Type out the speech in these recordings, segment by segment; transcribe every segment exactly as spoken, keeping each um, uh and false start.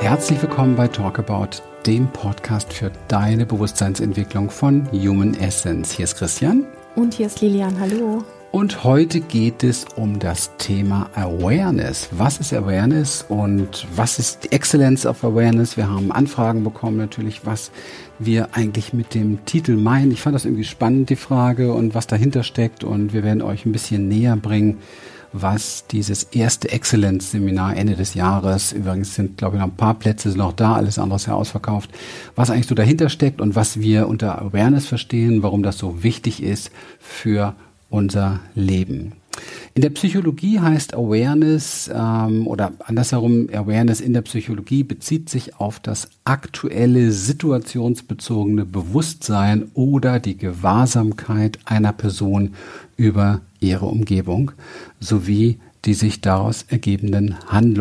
Herzlich willkommen bei Talk About, dem Podcast für deine Bewusstseinsentwicklung von Human Essence. Hier ist Christian. Und hier ist Lilian, hallo. Und heute geht es um das Thema Awareness. Was ist Awareness und was ist die Excellence of Awareness? Wir haben Anfragen bekommen natürlich, was wir eigentlich mit dem Titel meinen. Ich fand das irgendwie spannend, die Frage, und was dahinter steckt. Und wir werden euch ein bisschen näher bringen, was dieses erste Excellence-Seminar Ende des Jahres, übrigens sind, glaube ich, noch ein paar Plätze noch da, alles andere ist ja ausverkauft, was eigentlich so dahinter steckt und was wir unter Awareness verstehen, warum das so wichtig ist für unser Leben. In der Psychologie heißt Awareness ähm, oder andersherum Awareness in der Psychologie bezieht sich auf das aktuelle situationsbezogene Bewusstsein oder die Gewahrsamkeit einer Person über ihre Umgebung sowie die sich daraus ergebenden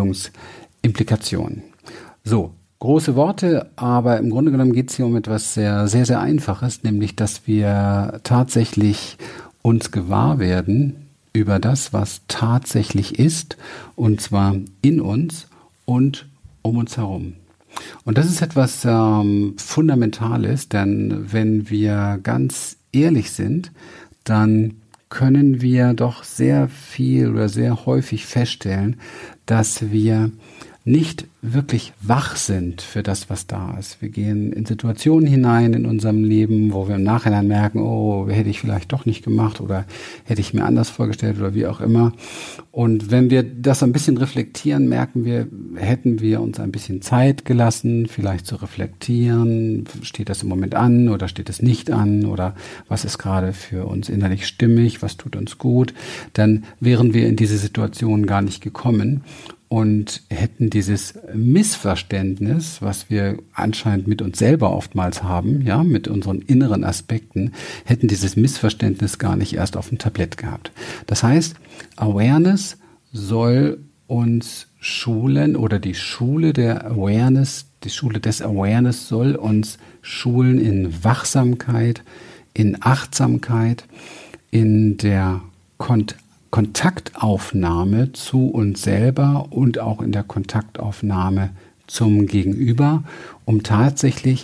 Handlungsimplikationen. So, große Worte, aber im Grunde genommen geht es hier um etwas sehr, sehr, sehr Einfaches, nämlich dass wir tatsächlich uns gewahr werden über das, was tatsächlich ist, und zwar in uns und um uns herum. Und das ist etwas ähm, Fundamentales, denn wenn wir ganz ehrlich sind, dann können wir doch sehr viel oder sehr häufig feststellen, dass wir nicht wirklich wach sind für das, was da ist. Wir gehen in Situationen hinein in unserem Leben, wo wir im Nachhinein merken, oh, hätte ich vielleicht doch nicht gemacht oder hätte ich mir anders vorgestellt oder wie auch immer. Und wenn wir das ein bisschen reflektieren, merken wir, hätten wir uns ein bisschen Zeit gelassen, vielleicht zu reflektieren, steht das im Moment an oder steht es nicht an oder was ist gerade für uns innerlich stimmig, was tut uns gut, dann wären wir in diese Situation gar nicht gekommen und hätten dieses Missverständnis, was wir anscheinend mit uns selber oftmals haben, ja, mit unseren inneren Aspekten, hätten dieses Missverständnis gar nicht erst auf dem Tablett gehabt. Das heißt, Awareness soll uns schulen oder die Schule der Awareness, die Schule des Awareness soll uns schulen in Wachsamkeit, in Achtsamkeit, in der Kont- Kontaktaufnahme zu uns selber und auch in der Kontaktaufnahme zum Gegenüber, um tatsächlich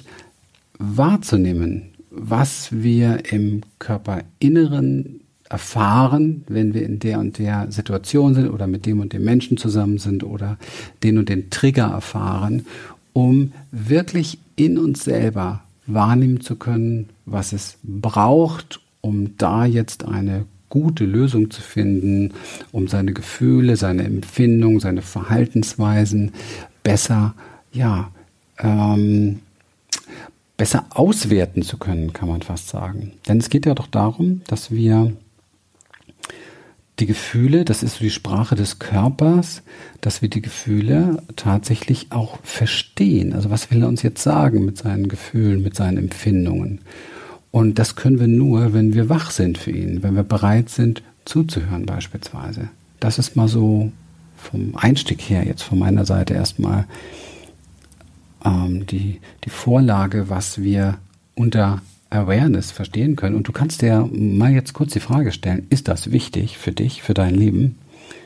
wahrzunehmen, was wir im Körperinneren erfahren, wenn wir in der und der Situation sind oder mit dem und dem Menschen zusammen sind oder den und den Trigger erfahren, um wirklich in uns selber wahrnehmen zu können, was es braucht, um da jetzt eine gute Lösung zu finden, um seine Gefühle, seine Empfindungen, seine Verhaltensweisen besser, ja, ähm, besser auswerten zu können, kann man fast sagen. Denn es geht ja doch darum, dass wir die Gefühle, das ist so die Sprache des Körpers, dass wir die Gefühle tatsächlich auch verstehen. Also was will er uns jetzt sagen mit seinen Gefühlen, mit seinen Empfindungen? Und das können wir nur, wenn wir wach sind für ihn, wenn wir bereit sind zuzuhören beispielsweise. Das ist mal so vom Einstieg her jetzt von meiner Seite erstmal ähm, die, die Vorlage, was wir unter Awareness verstehen können. Und du kannst dir mal jetzt kurz die Frage stellen, ist das wichtig für dich, für dein Leben?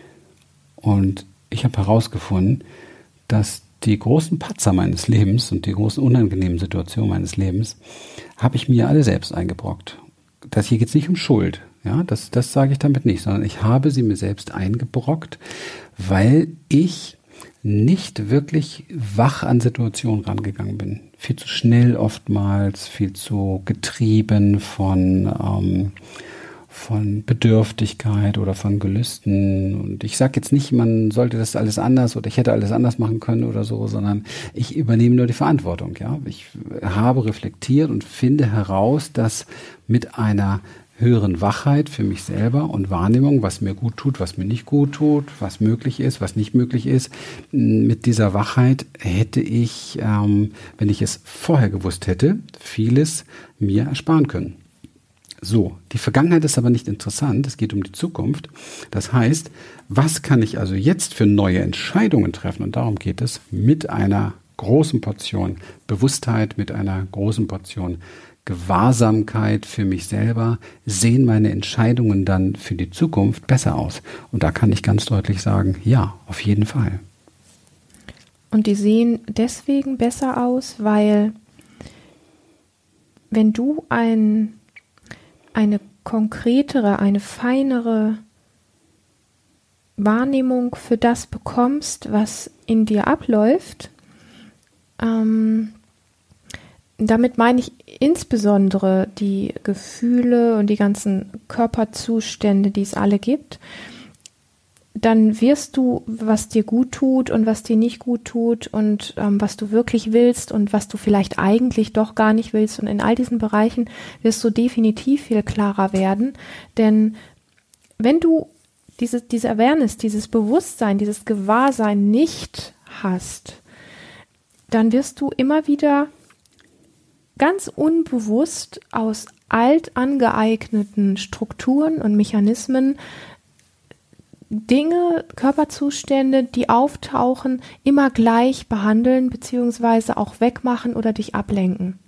Und ich habe herausgefunden, dass die großen Patzer meines Lebens und die großen unangenehmen Situationen meines Lebens habe ich mir alle selbst eingebrockt. Das hier geht es nicht um Schuld, ja, das, das sage ich damit nicht, sondern ich habe sie mir selbst eingebrockt, weil ich nicht wirklich wach an Situationen rangegangen bin. Viel zu schnell oftmals, viel zu getrieben von ähm, von Bedürftigkeit oder von Gelüsten. Und ich sage jetzt nicht, man sollte das alles anders oder ich hätte alles anders machen können oder so, sondern ich übernehme nur die Verantwortung. Ja, ich habe reflektiert und finde heraus, dass mit einer höheren Wachheit für mich selber und Wahrnehmung, was mir gut tut, was mir nicht gut tut, was möglich ist, was nicht möglich ist, mit dieser Wachheit hätte ich, ähm, wenn ich es vorher gewusst hätte, vieles mir ersparen können. So, die Vergangenheit ist aber nicht interessant, es geht um die Zukunft. Das heißt, was kann ich also jetzt für neue Entscheidungen treffen? Und darum geht es mit einer großen Portion Bewusstheit, mit einer großen Portion Gewahrsamkeit für mich selber, sehen meine Entscheidungen dann für die Zukunft besser aus. Und da kann ich ganz deutlich sagen, ja, auf jeden Fall. Und die sehen deswegen besser aus, weil wenn du ein, eine konkretere, eine feinere Wahrnehmung für das bekommst, was in dir abläuft, ähm, damit meine ich insbesondere die Gefühle und die ganzen Körperzustände, die es alle gibt, dann wirst du, was dir gut tut und was dir nicht gut tut und ähm, was du wirklich willst und was du vielleicht eigentlich doch gar nicht willst. Und in all diesen Bereichen wirst du definitiv viel klarer werden. Denn wenn du diese, diese Awareness, dieses Bewusstsein, dieses Gewahrsein nicht hast, dann wirst du immer wieder ganz unbewusst aus alt angeeigneten Strukturen und Mechanismen Dinge, Körperzustände, die auftauchen, immer gleich behandeln beziehungsweise auch wegmachen oder dich ablenken.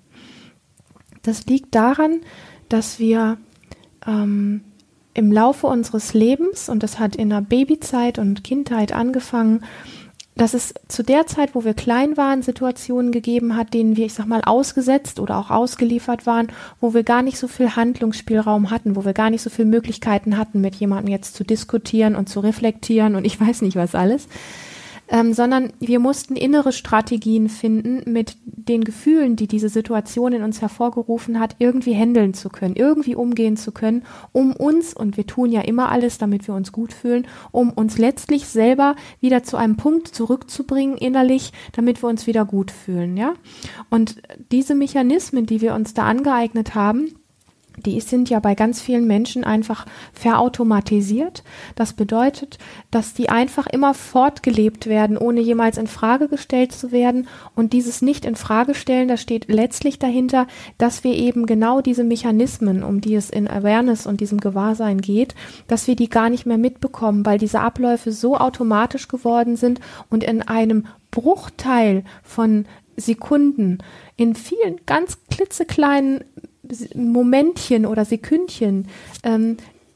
Das liegt daran, dass wir ähm, im Laufe unseres Lebens, und das hat in der Babyzeit und Kindheit angefangen, dass es zu der Zeit, wo wir klein waren, Situationen gegeben hat, denen wir, ich sag mal, ausgesetzt oder auch ausgeliefert waren, wo wir gar nicht so viel Handlungsspielraum hatten, wo wir gar nicht so viele Möglichkeiten hatten, mit jemandem jetzt zu diskutieren und zu reflektieren und ich weiß nicht was alles, ähm, sondern wir mussten innere Strategien finden, mit den Gefühlen, die diese Situation in uns hervorgerufen hat, irgendwie handeln zu können, irgendwie umgehen zu können, um uns, und wir tun ja immer alles, damit wir uns gut fühlen, um uns letztlich selber wieder zu einem Punkt zurückzubringen innerlich, damit wir uns wieder gut fühlen, ja. Und diese Mechanismen, die wir uns da angeeignet haben, die sind ja bei ganz vielen Menschen einfach verautomatisiert. Das bedeutet, dass die einfach immer fortgelebt werden, ohne jemals in Frage gestellt zu werden. Und dieses nicht in Frage stellen, da steht letztlich dahinter, dass wir eben genau diese Mechanismen, um die es in Awareness und diesem Gewahrsein geht, dass wir die gar nicht mehr mitbekommen, weil diese Abläufe so automatisch geworden sind und in einem Bruchteil von Sekunden, in vielen ganz klitzekleinen Momentchen oder Sekündchen ähm,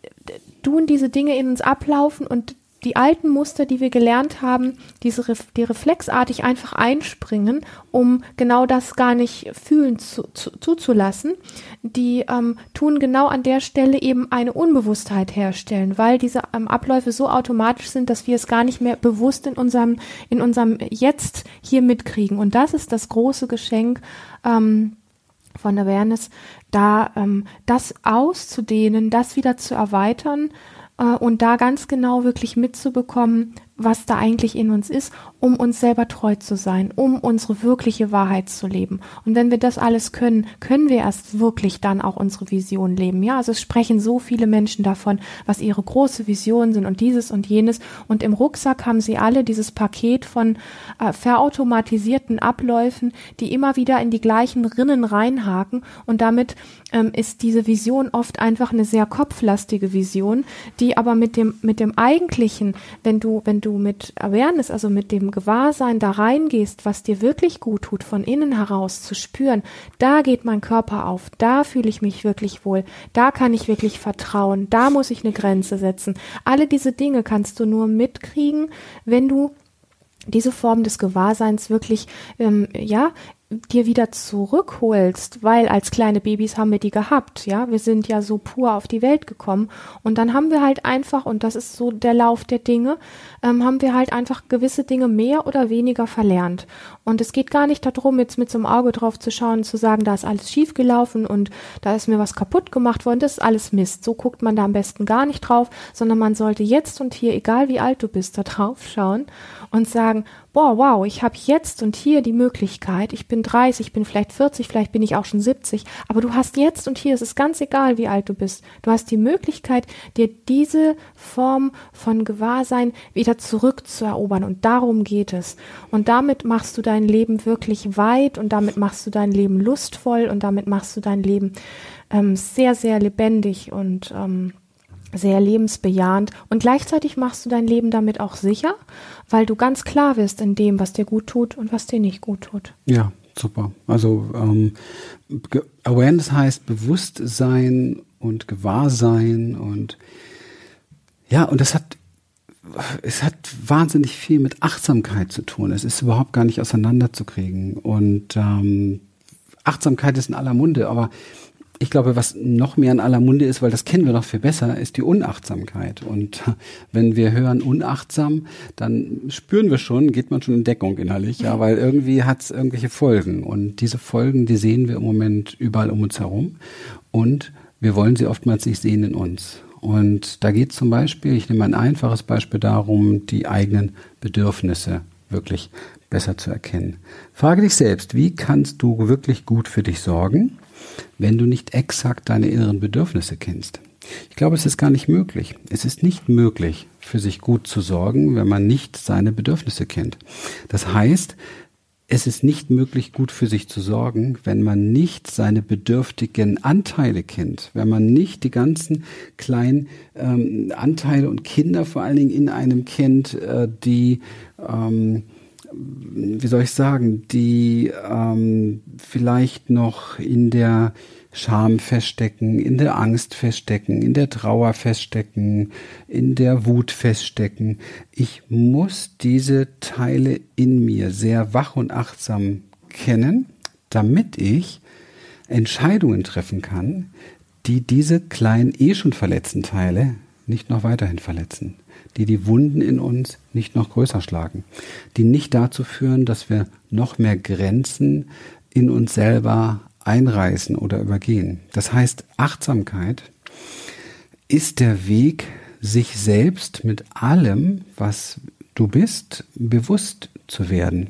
tun diese Dinge in uns ablaufen und die alten Muster, die wir gelernt haben, diese die reflexartig einfach einspringen, um genau das gar nicht fühlen zu, zu, zuzulassen, die ähm, tun genau an der Stelle eben eine Unbewusstheit herstellen, weil diese ähm, Abläufe so automatisch sind, dass wir es gar nicht mehr bewusst in unserem in unserem Jetzt hier mitkriegen. Und das ist das große Geschenk ähm, von Awareness, da ähm, das auszudehnen, das wieder zu erweitern äh, und da ganz genau wirklich mitzubekommen, was da eigentlich in uns ist, um uns selber treu zu sein, um unsere wirkliche Wahrheit zu leben. Und wenn wir das alles können, können wir erst wirklich dann auch unsere Vision leben. Ja, also es sprechen so viele Menschen davon, was ihre große Vision sind und dieses und jenes. Und im Rucksack haben sie alle dieses Paket von äh, verautomatisierten Abläufen, die immer wieder in die gleichen Rinnen reinhaken. Und damit ähm, ist diese Vision oft einfach eine sehr kopflastige Vision, die aber mit dem mit dem eigentlichen, wenn du wenn du mit Awareness, also mit dem Gewahrsein da reingehst, was dir wirklich gut tut, von innen heraus zu spüren, da geht mein Körper auf, da fühle ich mich wirklich wohl, da kann ich wirklich vertrauen, da muss ich eine Grenze setzen. Alle diese Dinge kannst du nur mitkriegen, wenn du diese Form des Gewahrseins wirklich, ähm, ja, dir wieder zurückholst, weil als kleine Babys haben wir die gehabt, ja, wir sind ja so pur auf die Welt gekommen und dann haben wir halt einfach, und das ist so der Lauf der Dinge, ähm, haben wir halt einfach gewisse Dinge mehr oder weniger verlernt und es geht gar nicht darum, jetzt mit so einem Auge drauf zu schauen und zu sagen, da ist alles schief gelaufen und da ist mir was kaputt gemacht worden, das ist alles Mist, so guckt man da am besten gar nicht drauf, sondern man sollte jetzt und hier, egal wie alt du bist, da drauf schauen und sagen, boah, wow, ich habe jetzt und hier die Möglichkeit, ich bin dreißig, ich bin vielleicht vierzig, vielleicht bin ich auch schon siebzig, aber du hast jetzt und hier, es ist ganz egal, wie alt du bist, du hast die Möglichkeit, dir diese Form von Gewahrsein wieder zurückzuerobern und darum geht es. Und damit machst du dein Leben wirklich weit und damit machst du dein Leben lustvoll und damit machst du dein Leben ähm, sehr, sehr lebendig und ähm, sehr lebensbejahend und gleichzeitig machst du dein Leben damit auch sicher, weil du ganz klar wirst in dem, was dir gut tut und was dir nicht gut tut. Ja, super. Also ähm, Awareness heißt Bewusstsein und Gewahrsein und ja, und das hat es hat wahnsinnig viel mit Achtsamkeit zu tun. Es ist überhaupt gar nicht auseinanderzukriegen. Und ähm, Achtsamkeit ist in aller Munde, aber ich glaube, was noch mehr in aller Munde ist, weil das kennen wir noch viel besser, ist die Unachtsamkeit. Und wenn wir hören unachtsam, dann spüren wir schon, geht man schon in Deckung innerlich, ja, weil irgendwie hat es irgendwelche Folgen. Und diese Folgen, die sehen wir im Moment überall um uns herum. Und wir wollen sie oftmals nicht sehen in uns. Und da geht es zum Beispiel, ich nehme ein einfaches Beispiel darum, die eigenen Bedürfnisse wirklich besser zu erkennen. Frage dich selbst, wie kannst du wirklich gut für dich sorgen, wenn du nicht exakt deine inneren Bedürfnisse kennst? Ich glaube, es ist gar nicht möglich. Es ist nicht möglich, für sich gut zu sorgen, wenn man nicht seine Bedürfnisse kennt. Das heißt, es ist nicht möglich, gut für sich zu sorgen, wenn man nicht seine bedürftigen Anteile kennt, wenn man nicht die ganzen kleinen ähm, Anteile und Kinder vor allen Dingen in einem kennt, äh, die ähm, wie soll ich sagen, die ähm, vielleicht noch in der Scham feststecken, in der Angst feststecken, in der Trauer feststecken, in der Wut feststecken. Ich muss diese Teile in mir sehr wach und achtsam kennen, damit ich Entscheidungen treffen kann, die diese kleinen, eh schon verletzten Teile nicht noch weiterhin verletzen, die die Wunden in uns nicht noch größer schlagen, die nicht dazu führen, dass wir noch mehr Grenzen in uns selber einreißen oder übergehen. Das heißt, Achtsamkeit ist der Weg, sich selbst mit allem, was du bist, bewusst zu werden.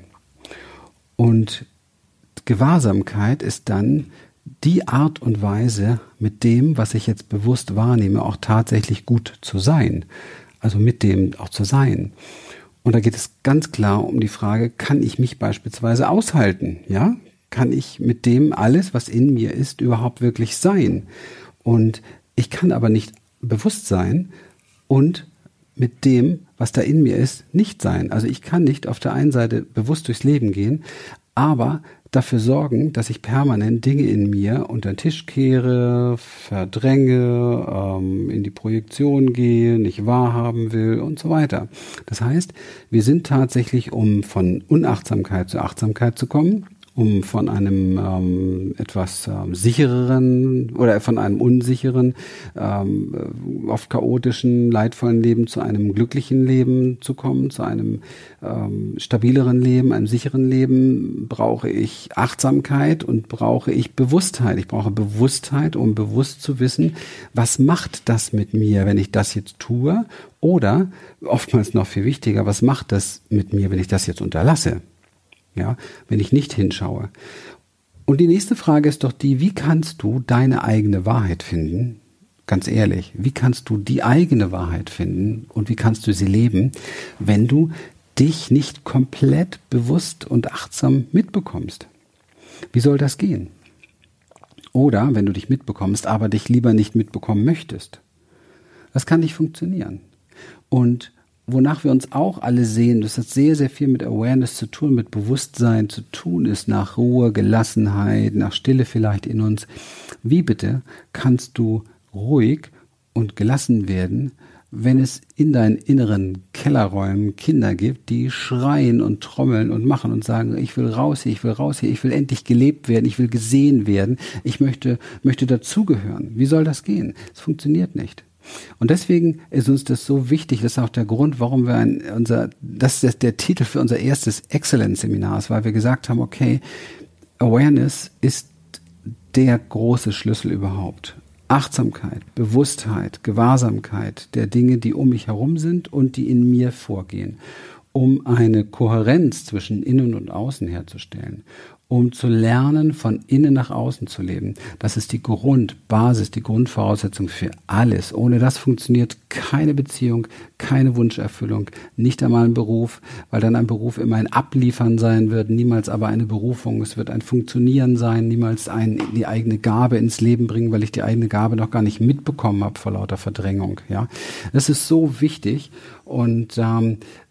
Und Gewahrsamkeit ist dann die Art und Weise, mit dem, was ich jetzt bewusst wahrnehme, auch tatsächlich gut zu sein. Also mit dem auch zu sein. Und da geht es ganz klar um die Frage, kann ich mich beispielsweise aushalten? Ja? Kann ich mit dem alles, was in mir ist, überhaupt wirklich sein? Und ich kann aber nicht bewusst sein und mit dem, was da in mir ist, nicht sein. Also ich kann nicht auf der einen Seite bewusst durchs Leben gehen, aber dafür sorgen, dass ich permanent Dinge in mir unter den Tisch kehre, verdränge, ähm, in die Projektion gehe, nicht wahrhaben will und so weiter. Das heißt, wir sind tatsächlich, um von Unachtsamkeit zu Achtsamkeit zu kommen, um von einem ähm, etwas ähm, sichereren oder von einem unsicheren, ähm, oft chaotischen, leidvollen Leben zu einem glücklichen Leben zu kommen, zu einem ähm, stabileren Leben, einem sicheren Leben, brauche ich Achtsamkeit und brauche ich Bewusstheit. Ich brauche Bewusstheit, um bewusst zu wissen, was macht das mit mir, wenn ich das jetzt tue? Oder, oftmals noch viel wichtiger, was macht das mit mir, wenn ich das jetzt unterlasse? Ja, wenn ich nicht hinschaue. Und die nächste Frage ist doch die, wie kannst du deine eigene Wahrheit finden? Ganz ehrlich, wie kannst du die eigene Wahrheit finden und wie kannst du sie leben, wenn du dich nicht komplett bewusst und achtsam mitbekommst? Wie soll das gehen? Oder wenn du dich mitbekommst, aber dich lieber nicht mitbekommen möchtest. Das kann nicht funktionieren. Und wonach wir uns auch alle sehen, das hat sehr, sehr viel mit Awareness zu tun, mit Bewusstsein zu tun ist, nach Ruhe, Gelassenheit, nach Stille vielleicht in uns. Wie bitte kannst du ruhig und gelassen werden, wenn es in deinen inneren Kellerräumen Kinder gibt, die schreien und trommeln und machen und sagen, ich will raus hier, ich will raus hier, ich will endlich gelebt werden, ich will gesehen werden, ich möchte, möchte dazugehören. Wie soll das gehen? Es funktioniert nicht. Und deswegen ist uns das so wichtig, das ist auch der Grund, warum wir ein, unser, das ist der Titel für unser erstes Excellence-Seminar ist, weil wir gesagt haben, okay, Awareness ist der große Schlüssel überhaupt. Achtsamkeit, Bewusstheit, Gewahrsamkeit der Dinge, die um mich herum sind und die in mir vorgehen, um eine Kohärenz zwischen Innen und Außen herzustellen, um zu lernen, von innen nach außen zu leben. Das ist die Grundbasis, die Grundvoraussetzung für alles. Ohne das funktioniert keine Beziehung, keine Wunscherfüllung, nicht einmal ein Beruf, weil dann ein Beruf immer ein Abliefern sein wird, niemals aber eine Berufung. Es wird ein Funktionieren sein, niemals ein, die eigene Gabe ins Leben bringen, weil ich die eigene Gabe noch gar nicht mitbekommen habe vor lauter Verdrängung. Ja, das ist so wichtig und ähm,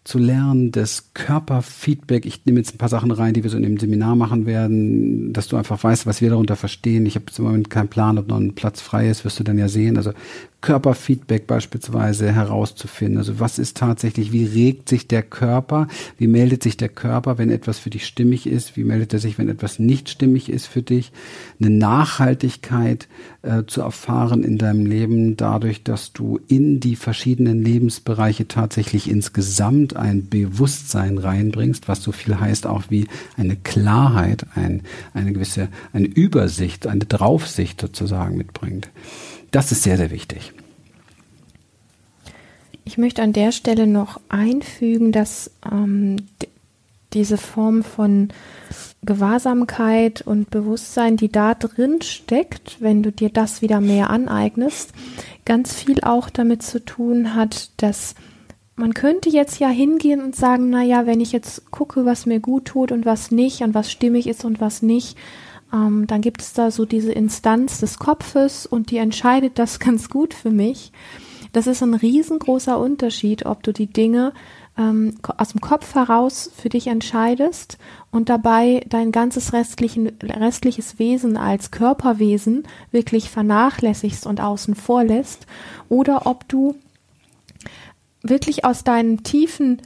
zu lernen, das Körperfeedback, ich nehme jetzt ein paar Sachen rein, die wir so in dem Seminar machen werden, dass du einfach weißt, was wir darunter verstehen. Ich habe jetzt im Moment keinen Plan, ob noch ein Platz frei ist, wirst du dann ja sehen. Also Körperfeedback beispielsweise herauszufinden. Also was ist tatsächlich, wie regt sich der Körper, wie meldet sich der Körper, wenn etwas für dich stimmig ist, wie meldet er sich, wenn etwas nicht stimmig ist für dich. Eine Nachhaltigkeit äh, zu erfahren in deinem Leben, dadurch, dass du in die verschiedenen Lebensbereiche tatsächlich insgesamt ein Bewusstsein reinbringst, was so viel heißt auch wie eine Klarheit, ein, eine gewisse, eine Übersicht, eine Draufsicht sozusagen mitbringt. Das ist sehr, sehr wichtig. Ich möchte an der Stelle noch einfügen, dass ähm, d- diese Form von Gewahrsamkeit und Bewusstsein, die da drin steckt, wenn du dir das wieder mehr aneignest, ganz viel auch damit zu tun hat, dass man könnte jetzt ja hingehen und sagen, naja, wenn ich jetzt gucke, was mir gut tut und was nicht und was stimmig ist und was nicht, ähm, dann gibt es da so diese Instanz des Kopfes und die entscheidet das ganz gut für mich. Das ist ein riesengroßer Unterschied, ob du die Dinge ähm, aus dem Kopf heraus für dich entscheidest und dabei dein ganzes restlichen, restliches Wesen als Körperwesen wirklich vernachlässigst und außen vor lässt, oder ob du wirklich aus deinem tiefen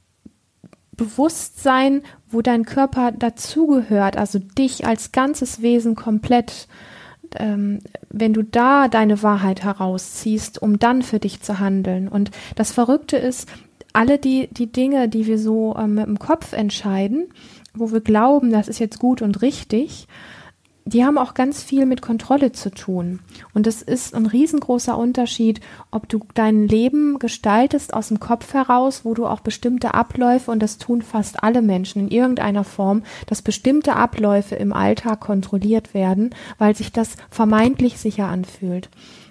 Bewusstsein, wo dein Körper dazugehört, also dich als ganzes Wesen komplett, ähm, wenn du da deine Wahrheit herausziehst, um dann für dich zu handeln. Und das Verrückte ist, alle die, die Dinge, die wir so ähm, mit dem Kopf entscheiden, wo wir glauben, das ist jetzt gut und richtig, die haben auch ganz viel mit Kontrolle zu tun. Und es ist ein riesengroßer Unterschied, ob du dein Leben gestaltest aus dem Kopf heraus, wo du auch bestimmte Abläufe, und das tun fast alle Menschen in irgendeiner Form, dass bestimmte Abläufe im Alltag kontrolliert werden, weil sich das vermeintlich sicher anfühlt.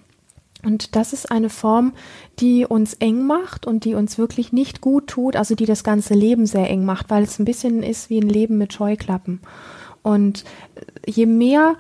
Und das ist eine Form, die uns eng macht und die uns wirklich nicht gut tut, also die das ganze Leben sehr eng macht, weil es ein bisschen ist wie ein Leben mit Scheuklappen. Und je mehr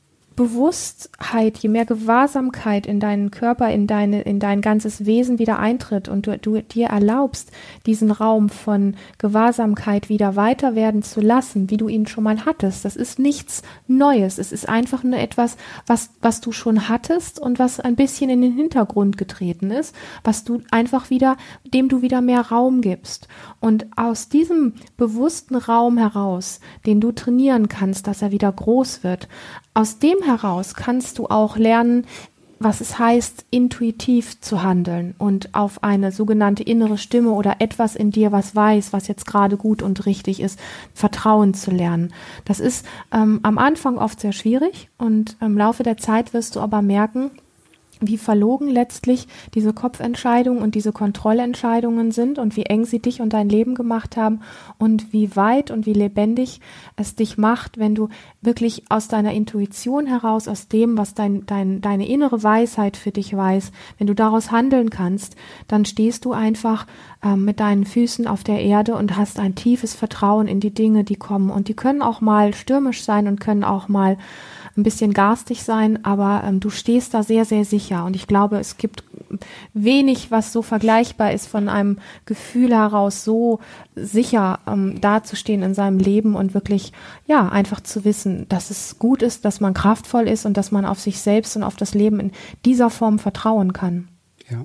Bewusstheit, je mehr Gewahrsamkeit in deinen Körper, in deine, in dein ganzes Wesen wieder eintritt und du, du dir erlaubst, diesen Raum von Gewahrsamkeit wieder weiter werden zu lassen, wie du ihn schon mal hattest. Das ist nichts Neues. Es ist einfach nur etwas, was, was du schon hattest und was ein bisschen in den Hintergrund getreten ist, was du einfach wieder, dem du wieder mehr Raum gibst. Und aus diesem bewussten Raum heraus, den du trainieren kannst, dass er wieder groß wird, aus dem heraus kannst du auch lernen, was es heißt, intuitiv zu handeln und auf eine sogenannte innere Stimme oder etwas in dir, was weiß, was jetzt gerade gut und richtig ist, Vertrauen zu lernen. Das ist ähm, am Anfang oft sehr schwierig und im Laufe der Zeit wirst du aber merken, wie verlogen letztlich diese Kopfentscheidungen und diese Kontrollentscheidungen sind und wie eng sie dich und dein Leben gemacht haben und wie weit und wie lebendig es dich macht, wenn du wirklich aus deiner Intuition heraus, aus dem, was dein, dein, deine innere Weisheit für dich weiß, wenn du daraus handeln kannst, dann stehst du einfach äh, mit deinen Füßen auf der Erde und hast ein tiefes Vertrauen in die Dinge, die kommen. Und die können auch mal stürmisch sein und können auch mal ein bisschen garstig sein, aber ähm, du stehst da sehr, sehr sicher. Und ich glaube, es gibt wenig, was so vergleichbar ist von einem Gefühl heraus, so sicher ähm, dazustehen in seinem Leben und wirklich, ja, einfach zu wissen, dass es gut ist, dass man kraftvoll ist und dass man auf sich selbst und auf das Leben in dieser Form vertrauen kann. Ja.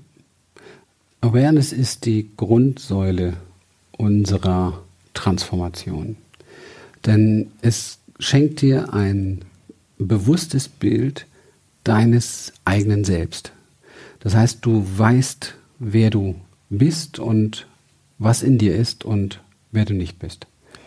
Awareness ist die Grundsäule unserer Transformation. Denn es schenkt dir ein bewusstes Bild deines eigenen Selbst. Das heißt, du weißt, wer du bist und was in dir ist und wer du nicht bist.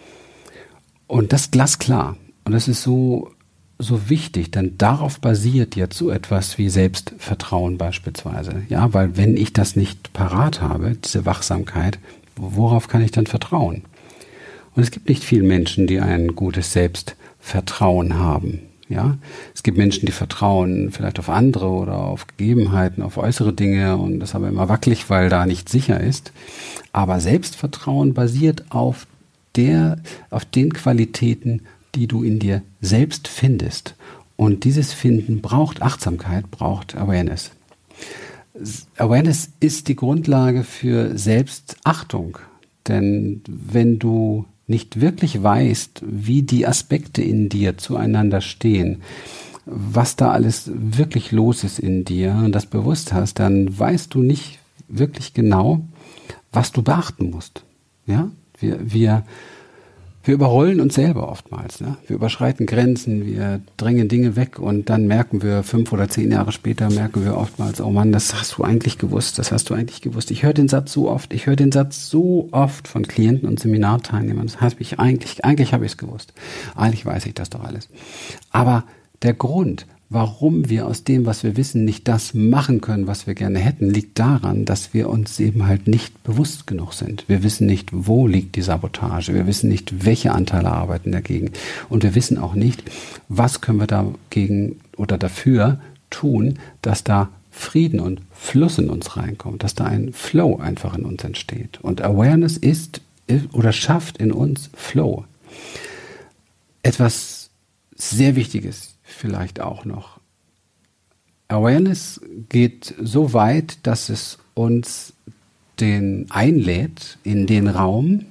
Und das glasklar. Und das ist so, so wichtig, denn darauf basiert jetzt so etwas wie Selbstvertrauen beispielsweise. Ja, weil wenn ich das nicht parat habe, diese Wachsamkeit, worauf kann ich dann vertrauen? Und es gibt nicht viele Menschen, die ein gutes Selbstvertrauen haben. Ja, es gibt Menschen, die vertrauen vielleicht auf andere oder auf Gegebenheiten, auf äußere Dinge und das aber immer wackelig, weil da nicht sicher ist. Aber Selbstvertrauen basiert auf der, auf den Qualitäten, die du in dir selbst findest. Und dieses Finden braucht Achtsamkeit, braucht Awareness. Awareness ist die Grundlage für Selbstachtung. Denn wenn du nicht wirklich weißt, wie die Aspekte in dir zueinander stehen, was da alles wirklich los ist in dir und das bewusst hast, dann weißt du nicht wirklich genau, was du beachten musst. Ja, wir, wir, wir überrollen uns selber oftmals. Ne? Wir überschreiten Grenzen, wir drängen Dinge weg und dann merken wir fünf oder zehn Jahre später, merken wir oftmals, oh Mann, das hast du eigentlich gewusst, das hast du eigentlich gewusst. Ich höre den Satz so oft, ich höre den Satz so oft von Klienten und Seminarteilnehmern, das heißt, ich eigentlich, eigentlich habe ich es gewusst. Eigentlich weiß ich das doch alles. Aber der Grund, warum wir aus dem, was wir wissen, nicht das machen können, was wir gerne hätten, liegt daran, dass wir uns eben halt nicht bewusst genug sind. Wir wissen nicht, wo liegt die Sabotage. Wir wissen nicht, welche Anteile arbeiten dagegen. Und wir wissen auch nicht, was können wir dagegen oder dafür tun, dass da Frieden und Fluss in uns reinkommt, dass da ein Flow einfach in uns entsteht. Und Awareness ist oder schafft in uns Flow. Etwas sehr Wichtiges vielleicht auch noch. Awareness geht so weit, dass es uns den einlädt in den Raum,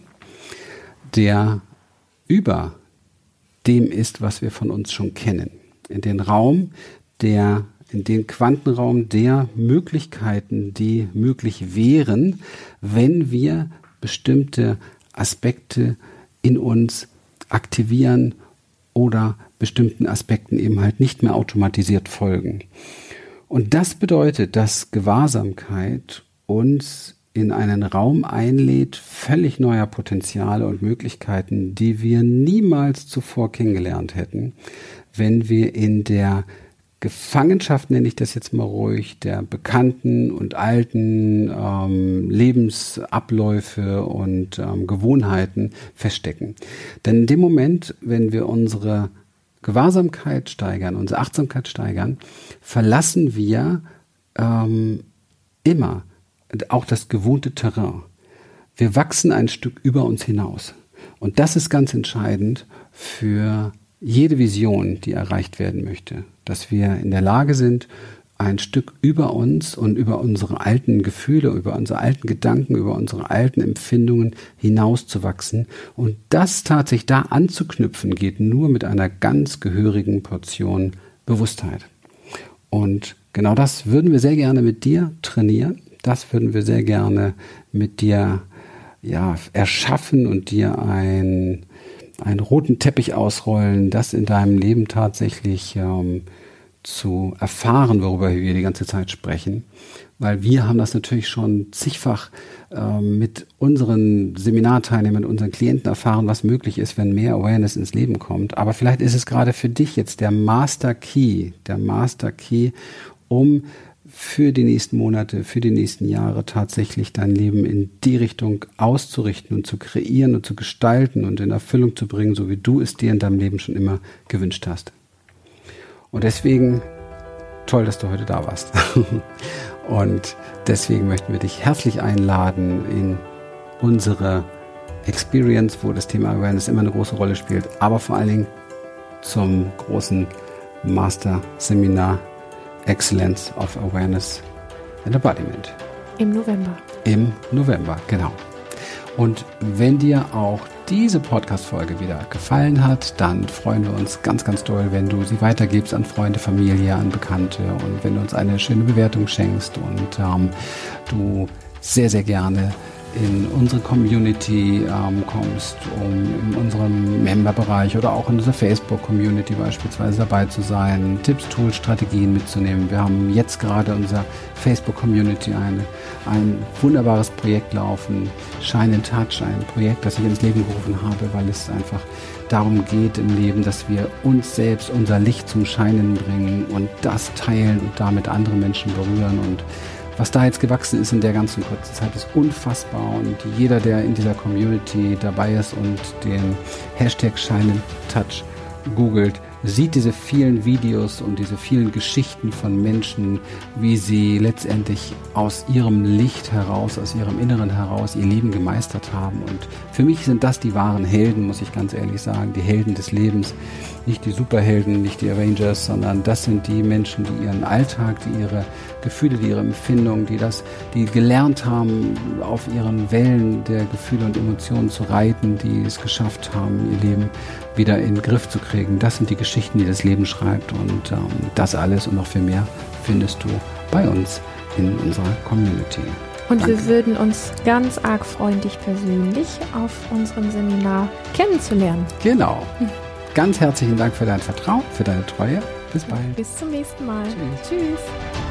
der über dem ist, was wir von uns schon kennen. In den Raum, der, in den Quantenraum der Möglichkeiten, die möglich wären, wenn wir bestimmte Aspekte in uns aktivieren oder bestimmten Aspekten eben halt nicht mehr automatisiert folgen. Und das bedeutet, dass Gewahrsamkeit uns in einen Raum einlädt, völlig neuer Potenziale und Möglichkeiten, die wir niemals zuvor kennengelernt hätten, wenn wir in der Gefangenschaft, nenne ich das jetzt mal ruhig, der bekannten und alten ähm, Lebensabläufe und ähm, Gewohnheiten feststecken. Denn in dem Moment, wenn wir unsere Gewahrsamkeit steigern, unsere Achtsamkeit steigern, verlassen wir ähm, immer auch das gewohnte Terrain. Wir wachsen ein Stück über uns hinaus. Und das ist ganz entscheidend für jede Vision, die erreicht werden möchte, dass wir in der Lage sind, ein Stück über uns und über unsere alten Gefühle, über unsere alten Gedanken, über unsere alten Empfindungen hinauszuwachsen. Und das tatsächlich da anzuknüpfen, geht nur mit einer ganz gehörigen Portion Bewusstheit. Und genau das würden wir sehr gerne mit dir trainieren. Das würden wir sehr gerne mit dir ja, erschaffen und dir ein einen roten Teppich ausrollen, das in deinem Leben tatsächlich ähm, zu erfahren, worüber wir die ganze Zeit sprechen. Weil wir haben das natürlich schon zigfach ähm, mit unseren Seminarteilnehmern, mit unseren Klienten erfahren, was möglich ist, wenn mehr Awareness ins Leben kommt. Aber vielleicht ist es gerade für dich jetzt der Master Key, der Master Key, um für die nächsten Monate, für die nächsten Jahre tatsächlich dein Leben in die Richtung auszurichten und zu kreieren und zu gestalten und in Erfüllung zu bringen, so wie du es dir in deinem Leben schon immer gewünscht hast. Und deswegen toll, dass du heute da warst. Und deswegen möchten wir dich herzlich einladen in unsere Experience, wo das Thema Awareness immer eine große Rolle spielt, aber vor allen Dingen zum großen Master-Seminar Excellence of Awareness and Embodiment. Im November. Im November, genau. Und wenn dir auch diese Podcast-Folge wieder gefallen hat, dann freuen wir uns ganz, ganz doll, wenn du sie weitergibst an Freunde, Familie, an Bekannte und wenn du uns eine schöne Bewertung schenkst und ähm, du sehr, sehr gerne in unsere Community ähm, kommst, um in unserem Member-Bereich oder auch in unserer Facebook-Community beispielsweise dabei zu sein, Tipps, Tools, Strategien mitzunehmen. Wir haben jetzt gerade unser Facebook-Community eine, ein wunderbares Projekt laufen, Shine in Touch, ein Projekt, das ich ins Leben gerufen habe, weil es einfach darum geht im Leben, dass wir uns selbst, unser Licht zum Scheinen bringen und das teilen und damit andere Menschen berühren. Und was da jetzt gewachsen ist in der ganzen kurzen Zeit, ist unfassbar. Und jeder, der in dieser Community dabei ist und den Hashtag Shine in Touch googelt, sieht diese vielen Videos und diese vielen Geschichten von Menschen, wie sie letztendlich aus ihrem Licht heraus, aus ihrem Inneren heraus ihr Leben gemeistert haben. Und für mich sind das die wahren Helden, muss ich ganz ehrlich sagen, die Helden des Lebens. Nicht die Superhelden, nicht die Avengers, sondern das sind die Menschen, die ihren Alltag, die ihre Gefühle, die ihre Empfindungen, die das, die gelernt haben, auf ihren Wellen der Gefühle und Emotionen zu reiten, die es geschafft haben, ihr Leben wieder in den Griff zu kriegen. Das sind die Geschichten, die das Leben schreibt, und ähm, das alles und noch viel mehr findest du bei uns in unserer Community. Und Danke. Wir würden uns ganz arg freuen, dich persönlich auf unserem Seminar kennenzulernen. Genau. Hm. Ganz herzlichen Dank für dein Vertrauen, für deine Treue. Bis bald. Bis zum nächsten Mal. Tschüss. Tschüss.